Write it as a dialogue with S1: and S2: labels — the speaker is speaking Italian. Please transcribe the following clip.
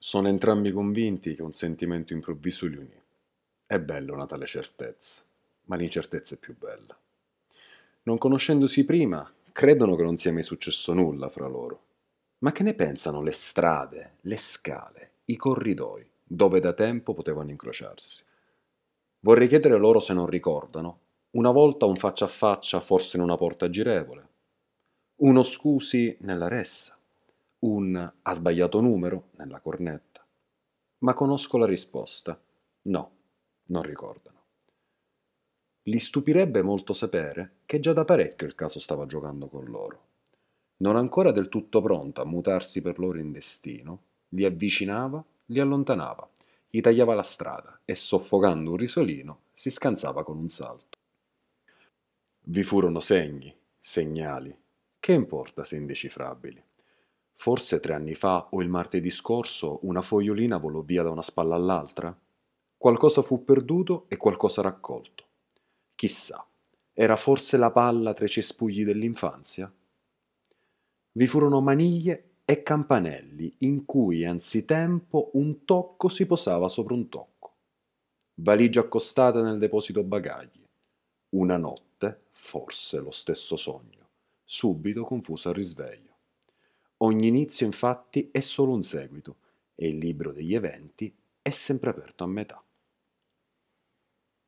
S1: Sono entrambi convinti che un sentimento improvviso li unì. È bello una tale certezza, ma l'incertezza è più bella. Non conoscendosi prima, credono che non sia mai successo nulla fra loro. Ma che ne pensano le strade, le scale, i corridoi, dove da tempo potevano incrociarsi? Vorrei chiedere loro se non ricordano, una volta un faccia a faccia forse in una porta girevole, uno scusi nella ressa, un ha sbagliato numero nella cornetta. Ma conosco la risposta. No, non ricordano. Li stupirebbe molto sapere che già da parecchio il caso stava giocando con loro. Non ancora del tutto pronta a mutarsi per loro in destino, li avvicinava, li allontanava, gli tagliava la strada e, soffocando un risolino, si scansava con un salto. Vi furono segni, segnali, che importa se indecifrabili. Forse 3 anni fa o il martedì scorso una fogliolina volò via da una spalla all'altra? Qualcosa fu perduto e qualcosa raccolto. Chissà, era forse la palla tra i cespugli dell'infanzia? Vi furono maniglie e campanelli in cui anzitempo un tocco si posava sopra un tocco. Valigie accostate nel deposito bagagli. Una notte, forse lo stesso sogno, subito confuso al risveglio. Ogni inizio, infatti, è solo un seguito e il libro degli eventi è sempre aperto a metà.